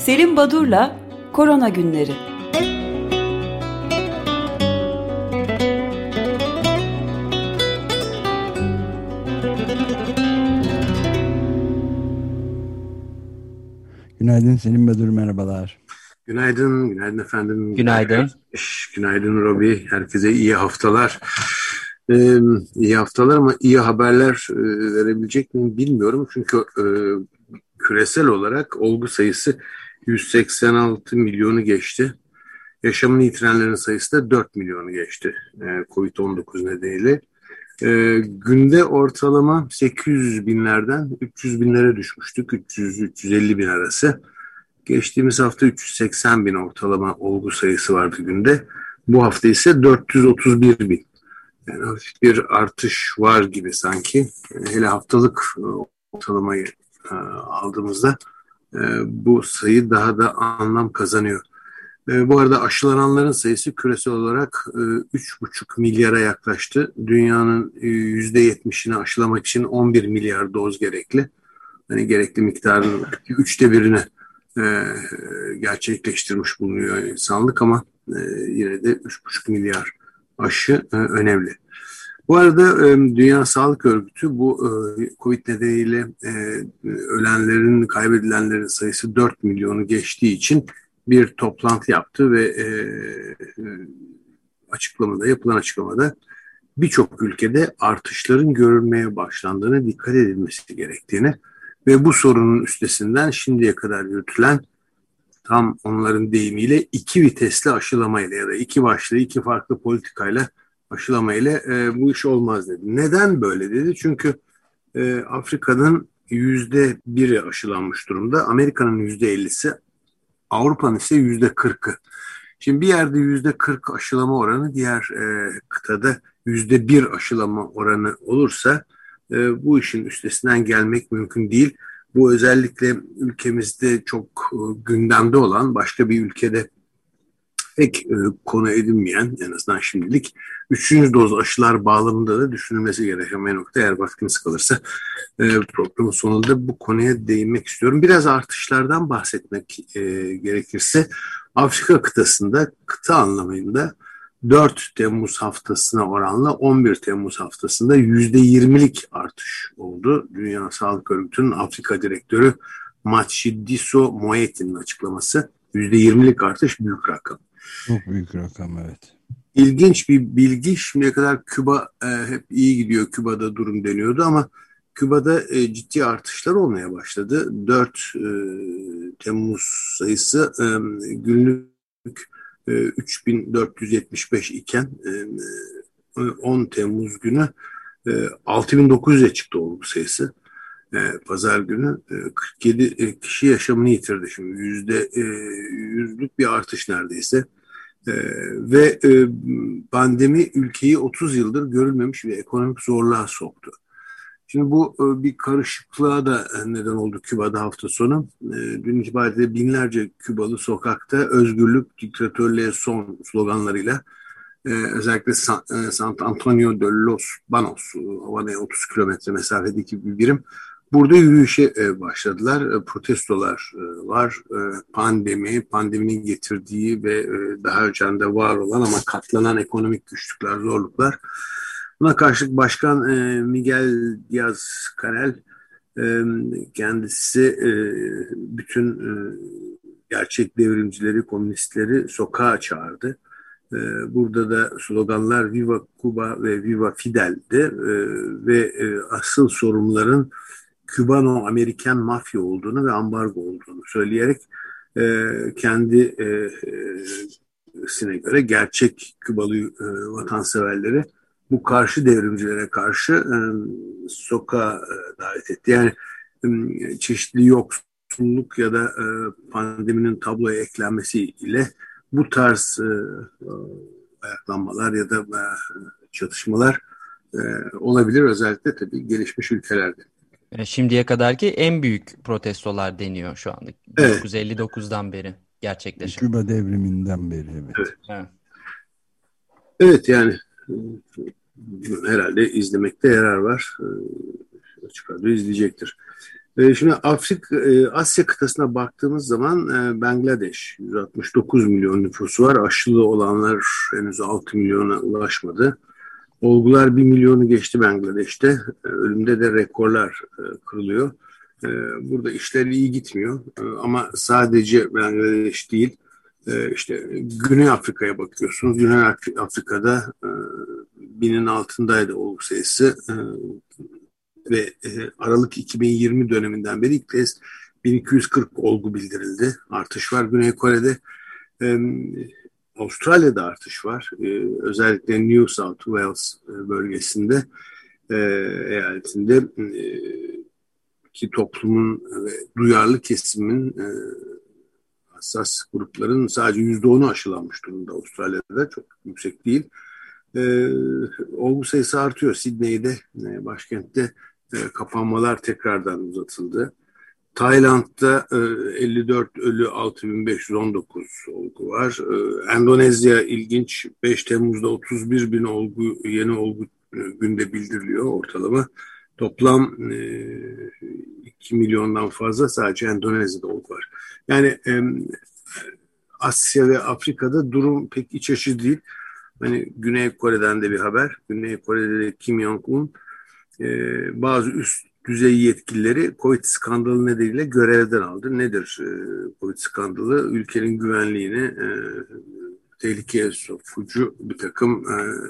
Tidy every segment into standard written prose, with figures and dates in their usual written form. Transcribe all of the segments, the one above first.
Selim Badur'la Korona Günleri. Günaydın Selim Badur, merhabalar. Günaydın efendim. Günaydın. Günaydın Robi. Herkese iyi haftalar. İyi haftalar ama iyi haberler verebilecek miyim bilmiyorum. Çünkü küresel olarak olgu sayısı 186 milyonu geçti. Yaşamını yitirenlerin sayısı da 4 milyonu geçti. Covid-19 nedeniyle. Günde ortalama 800 binlerden 300 binlere düşmüştük. 300-350 bin arası. Geçtiğimiz hafta 380 bin ortalama olgu sayısı vardı günde. Bu hafta ise 431 bin. Yani hafif bir artış var gibi sanki. Hele haftalık ortalamayı aldığımızda bu sayı daha da anlam kazanıyor. Bu arada aşılananların sayısı küresel olarak 3,5 milyara yaklaştı. Dünyanın %70'ini aşılamak için 11 milyar doz gerekli. Hani gerekli miktarın 1/3'ini gerçekleştirmiş bulunuyor insanlık ama yine de 3,5 milyar aşı önemli. Bu arada Dünya Sağlık Örgütü bu Covid nedeniyle ölenlerin, kaybedilenlerin sayısı 4 milyonu geçtiği için bir toplantı yaptı ve yapılan açıklamada birçok ülkede artışların görülmeye başlandığını, dikkat edilmesi gerektiğini ve bu sorunun üstesinden şimdiye kadar yürütülen tam onların deyimiyle 2 vitesli aşılamayla ya da 2 başlı 2 farklı politikayla aşılamayla bu iş olmaz dedi. Neden böyle dedi? Çünkü Afrika'nın %1'i aşılanmış durumda. Amerika'nın %50'si, Avrupa'nın ise %40'ı. Şimdi bir yerde %40 aşılama oranı, diğer kıtada %1 aşılama oranı olursa bu işin üstesinden gelmek mümkün değil. Bu özellikle ülkemizde çok gündemde olan, başka bir ülkede pek konu edinmeyen, en azından şimdilik 3. doz aşılar bağlamında da düşünülmesi gereken bir nokta. Eğer vaktimiz kalırsa programın sonunda bu konuya değinmek istiyorum. Biraz artışlardan bahsetmek gerekirse Afrika kıtasında, kıta anlamında 4 Temmuz haftasına oranla 11 Temmuz haftasında %20'lik artış oldu. Dünya Sağlık Örgütü'nün Afrika Direktörü Matshidiso Moeti'nin açıklaması. %20'lik artış büyük rakam. Çok büyük rakam, evet. İlginç bir bilgi. Şimdiye kadar Küba hep iyi gidiyor. Küba'da durum deniyordu ama Küba'da ciddi artışlar olmaya başladı. 4 Temmuz sayısı günlük 3475 iken 10 Temmuz günü 6900'e çıktı olgu sayısı. Pazar günü 47 kişi yaşamını yitirdi. Şimdi %100'lük bir artış neredeyse. Ve pandemi ülkeyi 30 yıldır görülmemiş bir ekonomik zorluğa soktu. Şimdi bu bir karışıklığa da neden oldu Küba'da hafta sonu. Dün itibariyle binlerce Kübalı sokakta "özgürlük diktatörlüğe son" sloganlarıyla özellikle San Antonio de los Banos, Havana'ya 30 kilometre mesafedeki bir birim, burada yürüyüşe başladılar. Protestolar var. Pandeminin getirdiği ve daha önceden var olan ama katlanan ekonomik güçlükler, zorluklar. Buna karşılık Başkan Miguel Díaz-Canel kendisi bütün gerçek devrimcileri, komünistleri sokağa çağırdı. Burada da sloganlar "Viva Cuba" ve "Viva Fidel'di ve asıl sorunların Kübano-Amerikan mafya olduğunu ve ambargo olduğunu söyleyerek kendisine göre gerçek Kübalı vatanseverleri bu karşı devrimcilere karşı sokağa davet etti. Yani çeşitli yoksulluk ya da pandeminin tabloya eklenmesiyle bu tarz ayaklanmalar ya da çatışmalar olabilir, özellikle tabii gelişmiş ülkelerde. Şimdiye kadarki en büyük protestolar deniyor şu anda. Evet. 1959'dan beri gerçekleşen. Küba devriminden beri, evet. Evet, yani herhalde izlemekte yarar var. Açık radyo izleyecektir. Şimdi Asya kıtasına baktığımız zaman Bangladeş 169 milyon nüfusu var. Aşılı olanlar henüz 6 milyona ulaşmadı. Olgular 1 milyonu geçti Bangladeş'te. Ölümde de rekorlar kırılıyor. Burada işler iyi gitmiyor. Ama sadece Bangladeş değil. İşte Güney Afrika'ya bakıyorsunuz. Güney Afrika'da binin altındaydı olgu sayısı. Ve Aralık 2020 döneminden beri ilk kez 1240 olgu bildirildi. Artış var Güney Kore'de. Avustralya'da artış var. Özellikle New South Wales bölgesinde, eyaletinde ki toplumun ve duyarlı kesimin, hassas grupların sadece %10'u aşılanmış durumda Avustralya'da. Çok yüksek değil. Olgu sayısı artıyor. Sydney'de, başkentte kapanmalar tekrardan uzatıldı. Tayland'da 54 ölü, 6519 olgu var. Endonezya ilginç, 5 Temmuz'da 31 bin yeni olgu günde bildiriliyor ortalama. Toplam 2 milyondan fazla sadece Endonezya'da olgu var. Yani Asya ve Afrika'da durum pek iç açıcı değil. Hani Güney Kore'den de bir haber. Güney Kore'de Kim Jong-un bazı üst düzey yetkilileri Covid skandalı nedeniyle görevden aldı. Nedir Covid skandalı? Ülkenin güvenliğini tehlikeye sokucu bir takım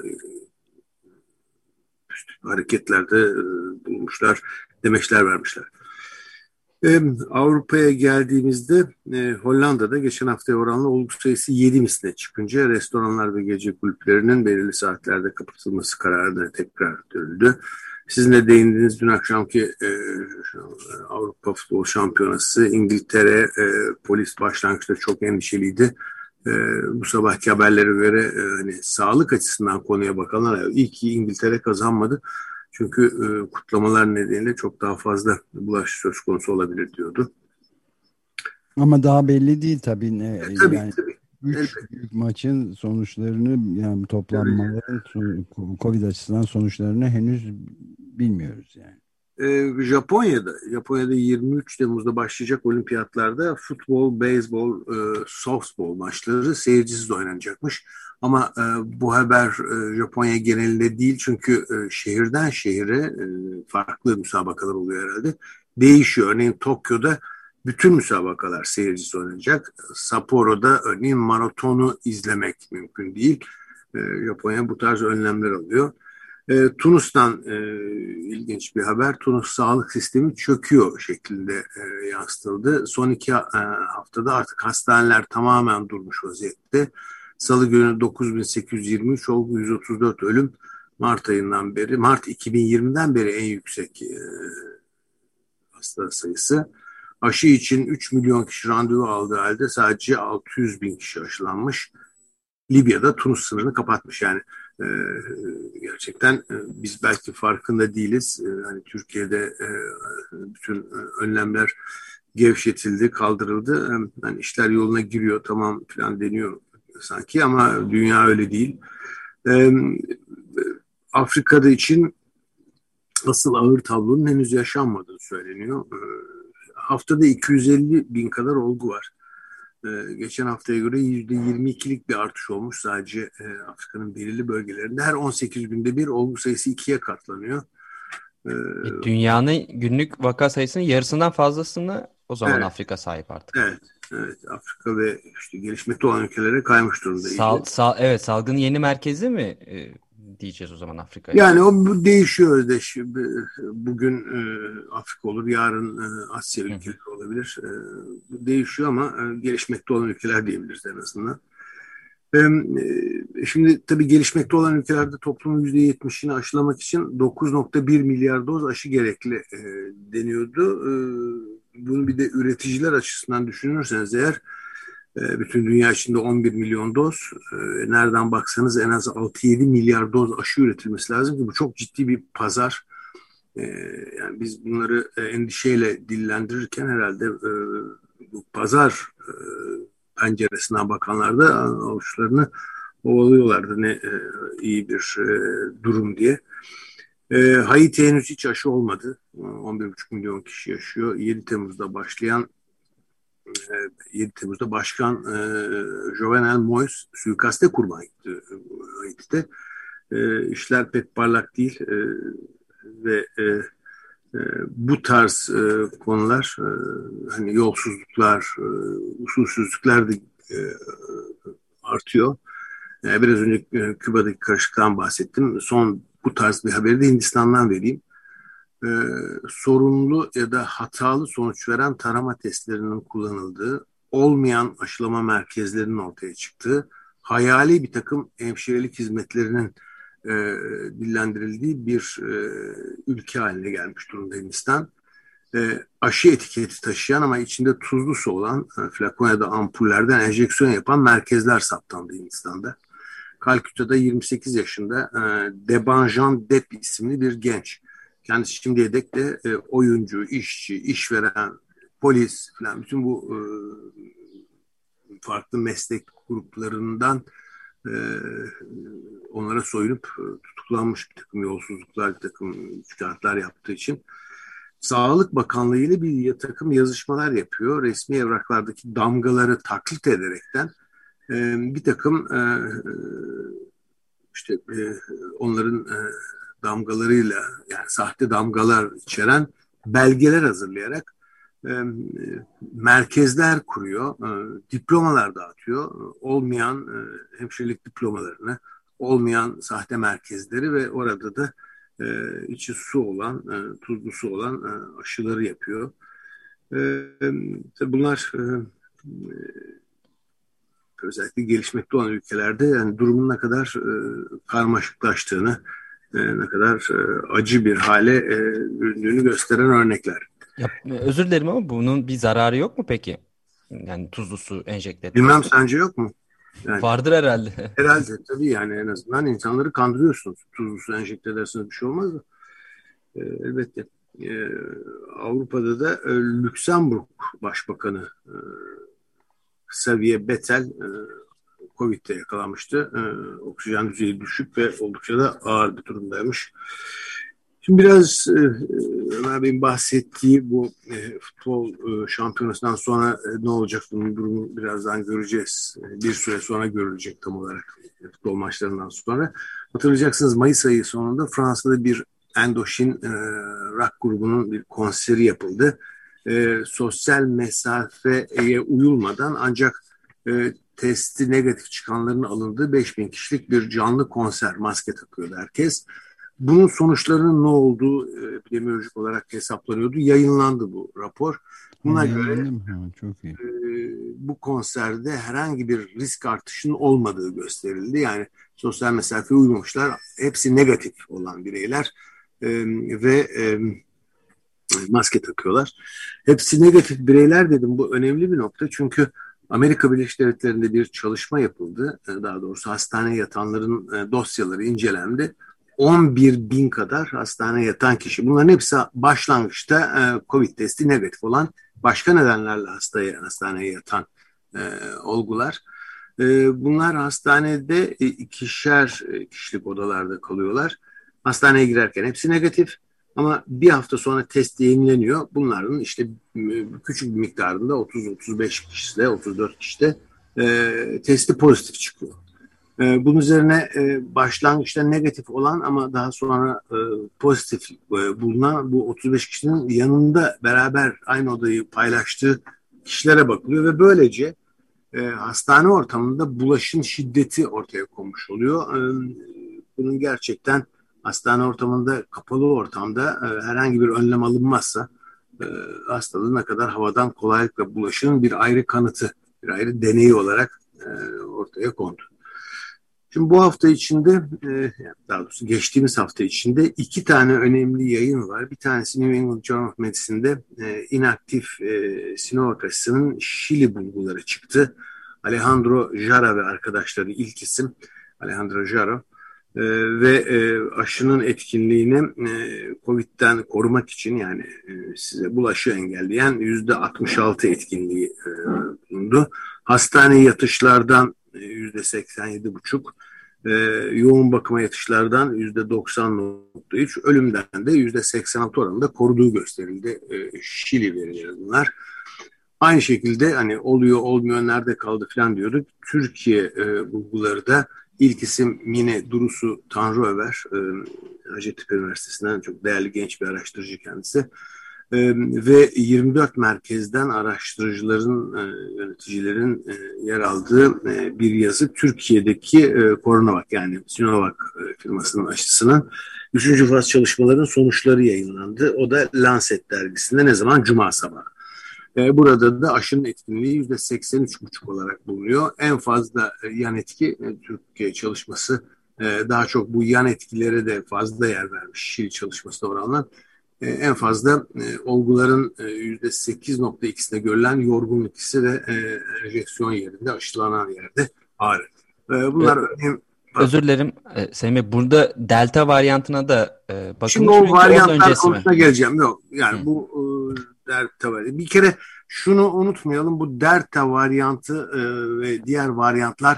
hareketlerde bulmuşlar, demeçler vermişler. Avrupa'ya geldiğimizde Hollanda'da geçen haftaya oranla olgu sayısı 7 misline çıkınca restoranlar ve gece kulüplerinin belirli saatlerde kapatılması kararına tekrar dönüldü. Sizin de değindiğiniz dün akşamki Avrupa Futbol Şampiyonası, İngiltere polis başlangıçta çok endişeliydi. Bu sabahki haberlere göre hani sağlık açısından konuya bakanlar iyi ki İngiltere kazanmadı. Çünkü kutlamalar nedeniyle çok daha fazla bulaş söz konusu olabilir diyordu. Ama daha belli değil tabii. Tabii, Yani tabii. üç büyük maçın sonuçlarını, yani toplanmaların Covid açısından sonuçlarını henüz bilmiyoruz yani. Japonya'da 23 Temmuz'da başlayacak olimpiyatlarda futbol, beyzbol, softbol maçları seyircisiz oynanacakmış. Ama bu haber Japonya genelinde değil, çünkü şehirden şehire farklı müsabakalar oluyor herhalde. Değişiyor. Örneğin Tokyo'da bütün müsabakalar seyircisiz oynanacak. Sapporo'da örneğin maratonu izlemek mümkün değil. Japonya bu tarz önlemler alıyor. Tunus'tan ilginç bir haber. Tunus sağlık sistemi çöküyor şeklinde yansıtıldı. Son 2 haftada artık hastaneler tamamen durmuş vaziyette. Salı günü 9.823 olgu, 134 ölüm. Mart 2020'den beri en yüksek hasta sayısı. Aşı için 3 milyon kişi randevu aldığı halde sadece 600 bin kişi aşılanmış. Libya'da Tunus sınırını kapatmış. Yani gerçekten biz belki farkında değiliz. Hani Türkiye'de bütün önlemler gevşetildi, kaldırıldı. Yani işler yoluna giriyor, tamam falan deniyor sanki, ama dünya öyle değil. Afrika'da için asıl ağır tablonun henüz yaşanmadığı söyleniyor. Haftada 250 bin kadar olgu var. Geçen haftaya göre %22'lik bir artış olmuş sadece Afrika'nın belirli bölgelerinde. Her 18 günde bir olgu sayısı 2'ye katlanıyor. Dünyanın günlük vaka sayısının yarısından fazlasını o zaman Evet. Afrika sahip artık. Evet, Afrika ve işte gelişmekte olan ülkelere kaymış durumda. Evet, salgının yeni merkezi mi diyeceğiz o zaman Afrika'ya? Yani o değişiyor. Bugün Afrika olur, yarın Asya ülkeleri olabilir. Değişiyor ama gelişmekte olan ülkeler diyebiliriz en azından. Şimdi tabii gelişmekte olan ülkelerde toplumun %70'ini aşılamak için 9,1 milyar doz aşı gerekli deniyordu. Bunu bir de üreticiler açısından düşünürseniz eğer, bütün dünya içinde 11 milyon doz, nereden baksanız en az 6-7 milyar doz aşı üretilmesi lazım ki bu çok ciddi bir pazar. Yani biz bunları endişeyle dillendirirken herhalde bu pazar penceresinden bakanlar da avuçlarını ovalıyorlardı, ne iyi bir durum diye. Haiti henüz hiç aşı olmadı. 11,5 milyon kişi yaşıyor. 7 Temmuz'da Başkan Jovenel Moïse suikaste kurban gitti Haiti'de. İşler pek parlak değil ve bu tarz konular hani yolsuzluklar, usulsüzlükler de artıyor. Biraz önce Küba'daki karışıklıktan bahsettim. Son bu tarz bir haberi de Hindistan'dan vereyim. Sorunlu ya da hatalı sonuç veren tarama testlerinin kullanıldığı, olmayan aşılama merkezlerinin ortaya çıktığı, hayali bir takım hemşirelik hizmetlerinin dillendirildiği bir ülke haline gelmiş durumda Hindistan. Aşı etiketi taşıyan ama içinde tuzlu su olan flakon ya da ampullerden enjeksiyon yapan merkezler saptandı Hindistan'da. Kalküta'da 28 yaşında Debanjan Dep isimli bir genç. Kendisi şimdiye dek de oyuncu, işçi, işveren, polis falan bütün bu farklı meslek gruplarından onlara soyunup tutuklanmış bir takım yolsuzluklar, bir takım çıkartlar yaptığı için Sağlık Bakanlığı ile bir takım yazışmalar yapıyor. Resmi evraklardaki damgaları taklit ederekten bir takım onların damgalarıyla yani sahte damgalar içeren belgeler hazırlayarak merkezler kuruyor, diplomalar dağıtıyor. Olmayan hemşirelik diplomalarını, olmayan sahte merkezleri ve orada da içi su olan, tuzlu su olan aşıları yapıyor. Tabii bunlar özellikle gelişmekte olan ülkelerde yani durumun ne kadar karmaşıklaştığını, ne kadar acı bir hale büründüğünü gösteren örnekler. Ya, özür dilerim ama bunun bir zararı yok mu peki? Yani tuzlu su enjekte etmek. Bilmem, sence yok mu? Yani, vardır herhalde. Herhalde tabii, yani en azından insanları kandırıyorsunuz. Tuzlu su enjekte ederseniz bir şey olmaz mı? Elbette. Avrupa'da da Lüksemburg Başbakanı Xavier Bettel Covid'de yakalanmıştı. Oksijen düzeyi düşük ve oldukça da ağır bir durumdaymış. Şimdi biraz Ömer Bey'in bahsettiği bu futbol şampiyonasından sonra ne olacak, bunun durumu birazdan göreceğiz. Bir süre sonra görülecek tam olarak futbol maçlarından sonra. Hatırlayacaksınız, Mayıs ayı sonunda Fransa'da bir Endoşin rock grubunun bir konseri yapıldı. Sosyal mesafeye uyulmadan ancak testi negatif çıkanların alındığı 5.000 kişilik bir canlı konser, maske takıyordu herkes. Bunun sonuçlarının ne olduğu epidemiolojik olarak hesaplanıyordu. Yayınlandı bu rapor. Buna göre çok iyi. Bu konserde herhangi bir risk artışının olmadığı gösterildi. Yani sosyal mesafeye uymamışlar. Hepsi negatif olan bireyler ve maske takıyorlar. Hepsi negatif bireyler dedim. Bu önemli bir nokta. Çünkü Amerika Birleşik Devletleri'nde bir çalışma yapıldı. Daha doğrusu hastaneye yatanların dosyaları incelendi. 11.000 kadar hastaneye yatan kişi. Bunların hepsi başlangıçta Covid testi negatif olan, başka nedenlerle hastaneye yatan olgular. Bunlar hastanede ikişer kişilik odalarda kalıyorlar. Hastaneye girerken hepsi negatif. Ama bir hafta sonra test yayınlanıyor. Bunların işte küçük bir miktarında 30-35 kişide, 34 kişide testi pozitif çıkıyor. Bunun üzerine başlangıçta negatif olan ama daha sonra pozitif bulunan bu 35 kişinin yanında beraber aynı odayı paylaştığı kişilere bakılıyor ve böylece hastane ortamında bulaşın şiddeti ortaya konmuş oluyor. Bunun gerçekten hastane ortamında, kapalı ortamda herhangi bir önlem alınmazsa hastalığın ne kadar havadan kolaylıkla bulaşının bir ayrı kanıtı, bir ayrı deneyi olarak ortaya kondu. Şimdi bu hafta içinde, daha doğrusu geçtiğimiz hafta içinde 2 tane önemli yayın var. Bir tanesi New England Journal of Medicine'de inaktif sinor aşısının Şili bulguları çıktı. Alejandro Jara ve arkadaşları ilk isim Alejandro Jara ve aşının etkinliğini Covid'den korumak için, yani size bulaşı engelleyen %66 etkinliği bulundu. Hastane yatışlardan %87,5, yoğun bakıma yatışlardan %90.3, ölümden de %86 oranında koruduğu gösterildi. Şili verileri bunlar. Aynı şekilde hani oluyor olmuyor nerede kaldı falan diyorduk. Türkiye bulguları da ilk isim Mine Durusu Tanrıöver, Hacettepe Üniversitesi'nden çok değerli genç bir araştırıcı kendisi. Ve 24 merkezden araştırıcıların, yöneticilerin yer aldığı bir yazı Türkiye'deki CoronaVac yani Sinovac firmasının aşısının 3. faz çalışmaların sonuçları yayınlandı. O da Lancet dergisinde ne zaman? Cuma sabahı. Burada da aşının etkinliği %83,5 olarak bulunuyor. En fazla yan etki Türkiye çalışması daha çok bu yan etkilere de fazla yer vermiş Şili çalışmasına oranla. En fazla olguların %8.2'sinde görülen yorgunluk hissi ve enjeksiyon yerinde, aşılanan yerde ağrı. Bunlar önemli. Özür dilerim Sayın Bey. Burada delta varyantına da bakılmış. Şimdi o varyantlar konusuna geleceğim. Yok yani bu delta varyantı. Bir kere şunu unutmayalım. Bu delta varyantı ve diğer varyantlar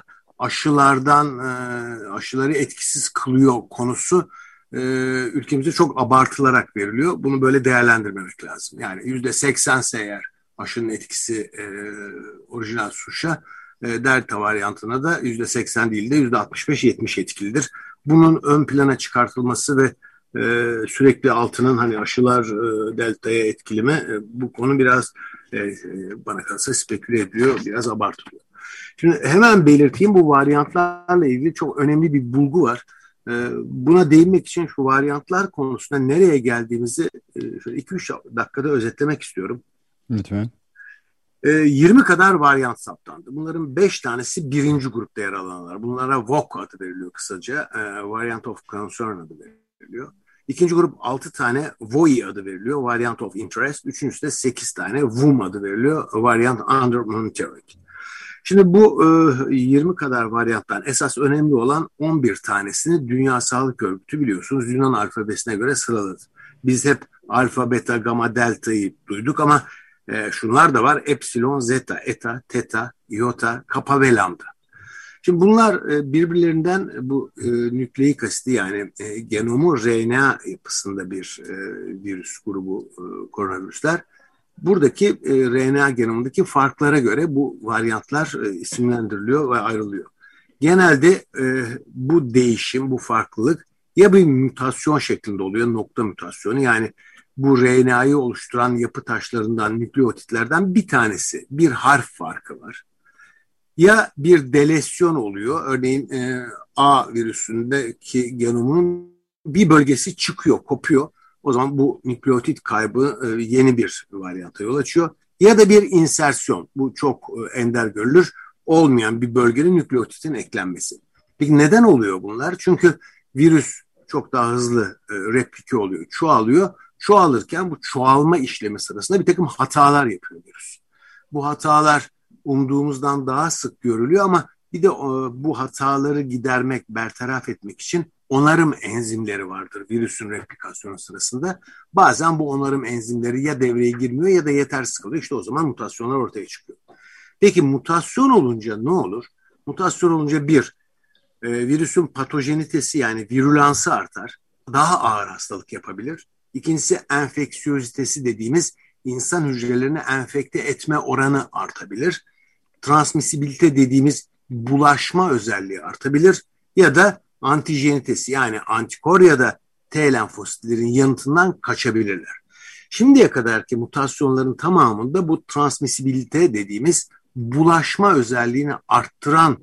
aşıları etkisiz kılıyor konusu ülkemizde çok abartılarak veriliyor. Bunu böyle değerlendirmemek lazım. Yani %80'se eğer aşının etkisi orijinal suşa, delta varyantına da %80 değil de %65-70 etkilidir. Bunun ön plana çıkartılması ve sürekli altının hani aşılar deltaya etkili mi? Bu konu biraz bana kalırsa speküle ediyor, biraz abartılıyor. Şimdi hemen belirteyim, bu varyantlarla ilgili çok önemli bir bulgu var. Buna değinmek için şu varyantlar konusunda nereye geldiğimizi şöyle 2-3 dakikada özetlemek istiyorum. Lütfen. 20 kadar varyant saptandı. Bunların 5 tanesi birinci grupta yer alanlar. Bunlara VOC adı veriliyor kısaca. Variant of Concern adı veriliyor. İkinci grup 6 tane VOI adı veriliyor. Variant of Interest. Üçüncüsü de 8 tane VUM adı veriliyor. Variant Under Monitoring. Şimdi bu 20 kadar varyanttan esas önemli olan 11 tanesini Dünya Sağlık Örgütü biliyorsunuz Yunan alfabesine göre sıraladı. Biz hep alfa, beta, gamma, delta'yı duyduk ama şunlar da var: epsilon, zeta, eta, teta, iota, kappa ve lambda. Şimdi bunlar birbirlerinden bu nükleik asidi yani genomu RNA yapısında bir virüs grubu koronavirüsler. Buradaki RNA genomundaki farklara göre bu varyantlar isimlendiriliyor ve ayrılıyor. Genelde bu değişim, bu farklılık ya bir mutasyon şeklinde oluyor, nokta mutasyonu. Yani bu RNA'yı oluşturan yapı taşlarından, nükleotitlerden bir tanesi, bir harf farkı var. Ya bir delesyon oluyor, örneğin A virüsündeki genomunun bir bölgesi çıkıyor, kopuyor. O zaman bu nükleotit kaybı yeni bir varyanta yol açıyor. Ya da bir insersyon, bu çok ender görülür, olmayan bir bölgenin nükleotitin eklenmesi. Peki neden oluyor bunlar? Çünkü virüs çok daha hızlı replike oluyor, çoğalıyor. Çoğalırken bu çoğalma işlemi sırasında bir takım hatalar yapıyor virüs. Bu hatalar umduğumuzdan daha sık görülüyor ama bir de bu hataları gidermek, bertaraf etmek için onarım enzimleri vardır virüsün replikasyonu sırasında. Bazen bu onarım enzimleri ya devreye girmiyor ya da yetersiz kalıyor. İşte o zaman mutasyonlar ortaya çıkıyor. Peki mutasyon olunca ne olur? Mutasyon olunca virüsün patojenitesi yani virülansı artar. Daha ağır hastalık yapabilir. İkincisi enfeksiyozitesi dediğimiz insan hücrelerini enfekte etme oranı artabilir. Transmisibilite dediğimiz bulaşma özelliği artabilir. Ya da antijenitesi yani antikor ya da T lenfositlerin yanıtından kaçabilirler. Şimdiye kadarki mutasyonların tamamında bu transmisibilite dediğimiz bulaşma özelliğini arttıran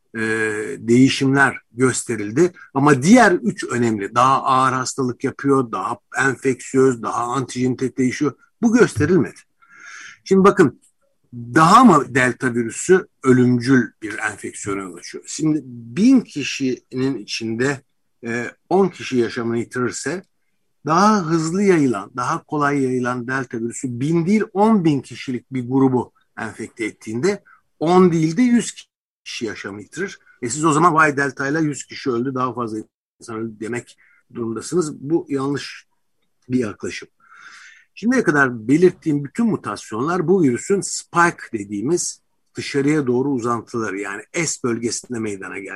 değişimler gösterildi. Ama diğer 3 önemli, daha ağır hastalık yapıyor, daha enfeksiyöz, daha antijenite değişiyor. Bu gösterilmedi. Şimdi bakın, daha mı delta virüsü ölümcül bir enfeksiyona yol açıyor? Şimdi 1000 kişinin içinde 10 kişi yaşamını yitirirse daha hızlı yayılan, daha kolay yayılan delta virüsü 1000 değil 10.000 kişilik bir grubu enfekte ettiğinde 10 değil de 100 kişi yaşamını yitirir. Siz o zaman vay delta ile 100 kişi öldü, daha fazla insan öldü demek durumdasınız. Bu yanlış bir yaklaşım. Şimdiye kadar belirttiğim bütün mutasyonlar bu virüsün spike dediğimiz dışarıya doğru uzantıları yani S bölgesinde meydana geldi.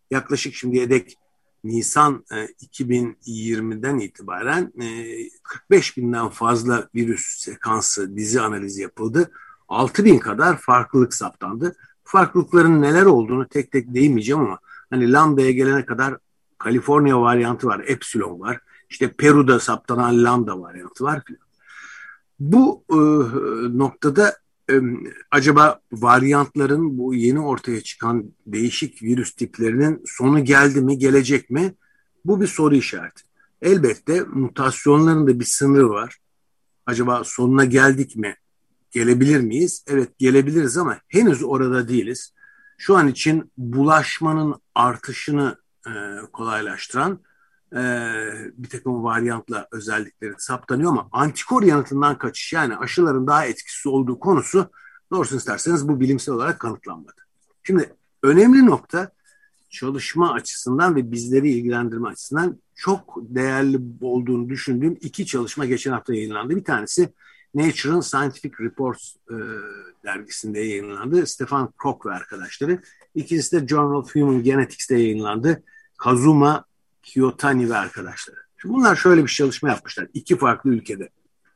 yaklaşık şimdiye dek Nisan 2020'den itibaren 45 binden fazla virüs sekansı dizi analizi yapıldı. 6 bin kadar farklılık saptandı. Farklılıkların neler olduğunu tek tek değinmeyeceğim ama hani lambda'ya gelene kadar Kaliforniya varyantı var, epsilon var. İşte Peru'da saptanan lambda varyantı var. Bu noktada acaba varyantların, bu yeni ortaya çıkan değişik virüs tiplerinin sonu geldi mi, gelecek mi? Bu bir soru işareti. Elbette mutasyonların da bir sınırı var. Acaba sonuna geldik mi? Gelebilir miyiz? Evet, gelebiliriz ama henüz orada değiliz. Şu an için bulaşmanın artışını kolaylaştıran bir takım varyantla özellikleri saptanıyor ama antikor yanıtından kaçış, yani aşıların daha etkisiz olduğu konusu doğrusunu isterseniz bu bilimsel olarak kanıtlanmadı. Şimdi önemli nokta, çalışma açısından ve bizleri ilgilendirme açısından çok değerli olduğunu düşündüğüm iki çalışma geçen hafta yayınlandı. Bir tanesi Nature'ın Scientific Reports dergisinde yayınlandı. Stefan Koch ve arkadaşları. İkincisi de Journal of Human Genetics'te yayınlandı. Kazuma Kiyotani ve arkadaşları. Şimdi bunlar şöyle bir çalışma yapmışlar. İki farklı ülkede.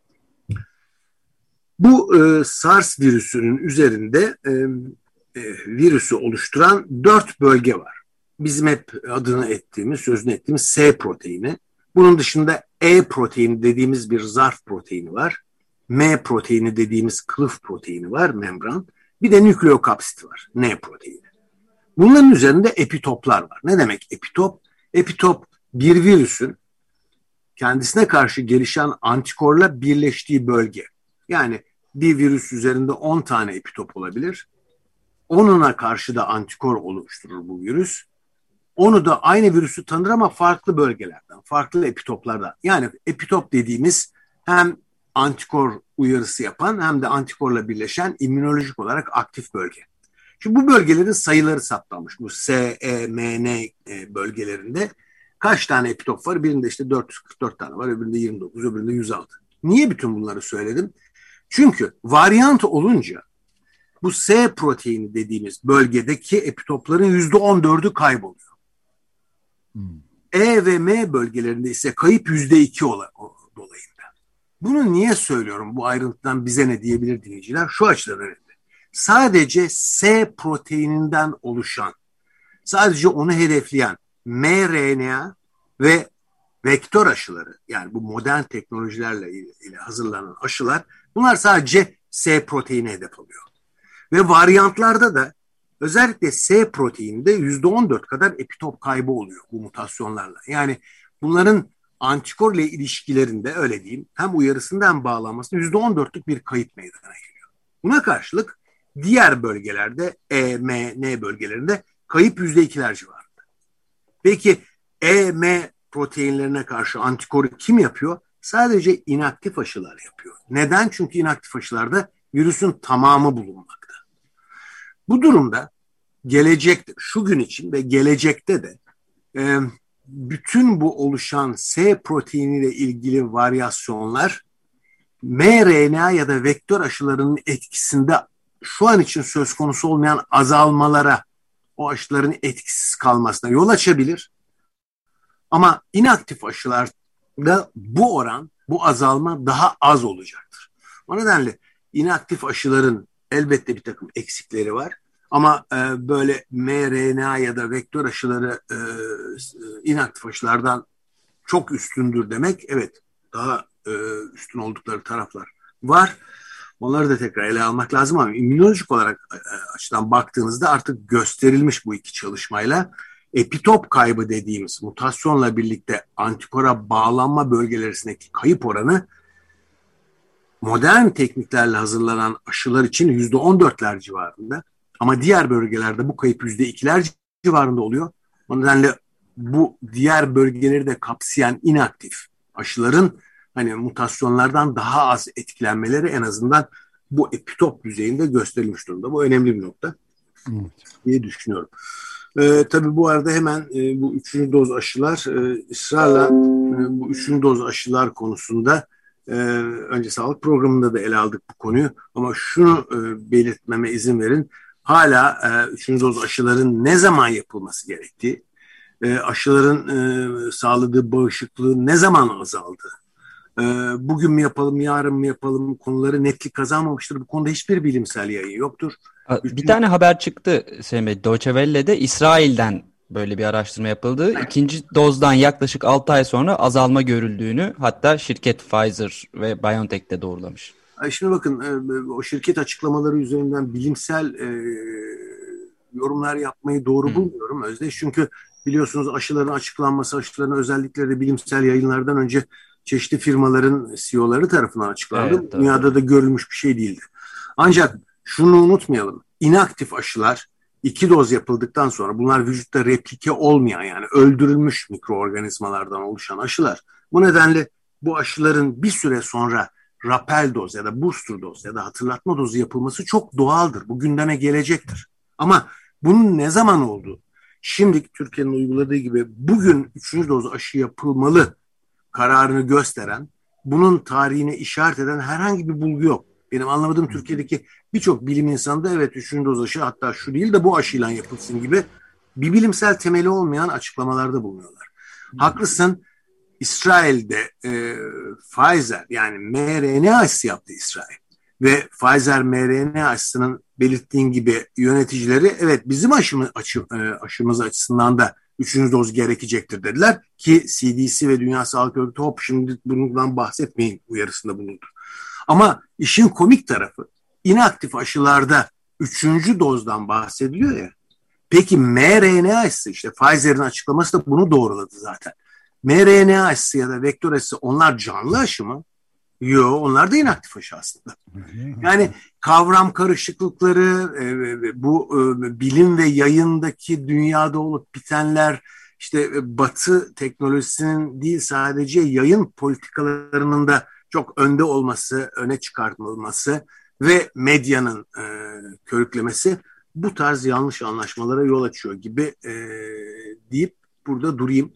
Bu SARS virüsünün üzerinde virüsü oluşturan 4 bölge var. Bizim hep sözünü ettiğimiz S proteini. Bunun dışında E proteini dediğimiz bir zarf proteini var. M proteini dediğimiz kılıf proteini var, membran. Bir de nükleokapsit var, N proteini. Bunların üzerinde epitoplar var. Ne demek epitop? Epitop bir virüsün kendisine karşı gelişen antikorla birleştiği bölge. Yani bir virüs üzerinde 10 tane epitop olabilir. 10'una karşı da antikor oluşturur bu virüs. Onu da aynı virüsü tanır ama farklı bölgelerden, farklı epitoplardan. Yani epitop dediğimiz hem antikor uyarısı yapan hem de antikorla birleşen immünolojik olarak aktif bölge. Şimdi bu bölgelerin sayıları saptanmış. Bu S, E, M, N bölgelerinde kaç tane epitop var? Birinde işte 444 tane var, öbüründe 29, öbüründe 106. Niye bütün bunları söyledim? Çünkü varyant olunca bu S proteini dediğimiz bölgedeki epitopların %14'ü kayboluyor. E ve M bölgelerinde ise kayıp %2 dolayında. Bunu niye söylüyorum? Bu ayrıntıdan bize ne diyebilir dinleyiciler? Şu açıdan önemli. Sadece S proteininden oluşan, sadece onu hedefleyen mRNA ve vektör aşıları, yani bu modern teknolojilerle ile hazırlanan aşılar, bunlar sadece S proteini hedef alıyor. Ve varyantlarda da özellikle S proteininde %14 kadar epitop kaybı oluyor bu mutasyonlarla. Yani bunların antikor ile ilişkilerinde, öyle diyeyim, hem uyarısında hem bağlanmasında %14'lük bir kayıp meydana geliyor. Buna karşılık diğer bölgelerde E, M, N bölgelerinde kayıp %2'ler civarında. Peki E, M proteinlerine karşı antikoru kim yapıyor? Sadece inaktif aşılar yapıyor. Neden? Çünkü inaktif aşılarda virüsün tamamı bulunmakta. Bu durumda gelecekte, şu gün için ve gelecekte de bütün bu oluşan S proteiniyle ilgili varyasyonlar mRNA ya da vektör aşılarının etkisinde şu an için söz konusu olmayan azalmalara, o aşıların etkisiz kalmasına yol açabilir. Ama inaktif aşılarda bu oran, bu azalma daha az olacaktır. O nedenle inaktif aşıların elbette bir takım eksikleri var. Ama böyle mRNA ya da vektör aşıları inaktif aşılardan çok üstündür demek, evet, daha üstün oldukları taraflar var. Onları da tekrar ele almak lazım ama immünolojik olarak açıdan baktığınızda artık gösterilmiş bu iki çalışmayla epitop kaybı dediğimiz mutasyonla birlikte antikora bağlanma bölgelerindeki kayıp oranı modern tekniklerle hazırlanan aşılar için %14'ler civarında. Ama diğer bölgelerde bu kayıp %2'ler civarında oluyor. O nedenle bu diğer bölgeleri de kapsayan inaktif aşıların hani mutasyonlardan daha az etkilenmeleri en azından bu epitop düzeyinde gösterilmiş durumda. Bu önemli bir nokta diye düşünüyorum. Tabii bu arada hemen bu 3. doz aşılar ısrarla bu 3. doz aşılar konusunda önce sağlık programında da ele aldık bu konuyu ama şunu belirtmeme izin verin. hala 3. doz aşıların ne zaman yapılması gerektiği, aşıların sağladığı bağışıklığı ne zaman azaldı, bugün mü yapalım, yarın mı yapalım konuları netlik kazanmamıştır. Bu konuda hiçbir bilimsel yayın yoktur. Bir tane haber çıktı Hüseyin Bey. Deutsche Welle'de İsrail'den böyle bir araştırma yapıldı. İkinci dozdan yaklaşık 6 ay sonra azalma görüldüğünü, hatta şirket Pfizer ve BioNTech de doğrulamış. Şimdi bakın, o şirket açıklamaları üzerinden bilimsel yorumlar yapmayı doğru bulmuyorum Özdeş. Çünkü biliyorsunuz aşıların açıklanması, aşıların özellikleri de bilimsel yayınlardan önce çeşitli firmaların CEO'ları tarafından açıklandı. Evet, dünyada da görülmüş bir şey değildi. Ancak şunu unutmayalım. İnaktif aşılar 2 doz yapıldıktan sonra, bunlar vücutta replike olmayan, yani öldürülmüş mikroorganizmalardan oluşan aşılar. Bu nedenle bu aşıların bir süre sonra rapel doz ya da booster doz ya da hatırlatma dozu yapılması çok doğaldır. Bu gündeme gelecektir. Ama bunun ne zaman olduğu, şimdi Türkiye'nin uyguladığı gibi bugün 3. doz aşı yapılmalı kararını gösteren, bunun tarihine işaret eden herhangi bir bulgu yok. Benim anlamadığım, Türkiye'deki birçok bilim insanı da evet 3. doz aşı, hatta şu değil de bu aşıyla yapılsın gibi bir bilimsel temeli olmayan açıklamalarda bulunuyorlar. Haklısın, İsrail'de Pfizer, yani mRNA aşısı yaptı İsrail. Ve Pfizer mRNA aşısının belirttiğin gibi yöneticileri evet bizim aşımız açısından da 3. doz gerekecektir dediler ki CDC ve Dünya Sağlık Örgütü hop şimdi bundan bahsetmeyin uyarısında bulundu. Ama işin komik tarafı, inaktif aşılarda 3. dozdan bahsediliyor ya. Peki mRNA aşısı, işte Pfizer'in açıklaması da bunu doğruladı zaten. mRNA aşısı ya da vektör aşısı, onlar canlı aşı mı? Yok, onlar da inaktif aşı aslında. Yani kavram karışıklıkları, bu bilim ve yayındaki dünyada olup bitenler, işte Batı teknolojisinin değil sadece yayın politikalarının da çok önde olması, öne çıkartılması ve medyanın körüklemesi bu tarz yanlış anlaşmalara yol açıyor gibi deyip burada durayım.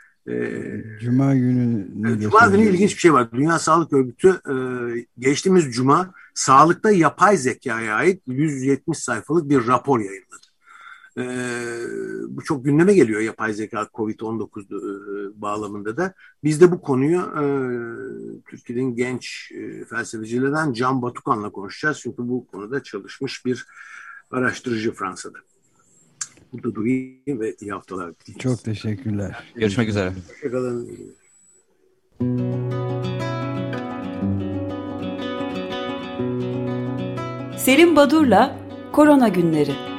Cuma günü ilginç bir şey var. Dünya Sağlık Örgütü geçtiğimiz Cuma sağlıkta yapay zekaya ait 170 sayfalık bir rapor yayınladı. Bu çok gündeme geliyor, yapay zeka COVID-19 bağlamında da. Biz de bu konuyu Türkiye'nin genç felsefecilerinden Can Batukan'la konuşacağız. Çünkü bu konuda çalışmış bir araştırıcı Fransa'da. Burada durayım ve iyi haftalar dileyim. Çok teşekkürler. Görüşmek üzere. Hoşçakalın. Selim Badur'la Korona Günleri.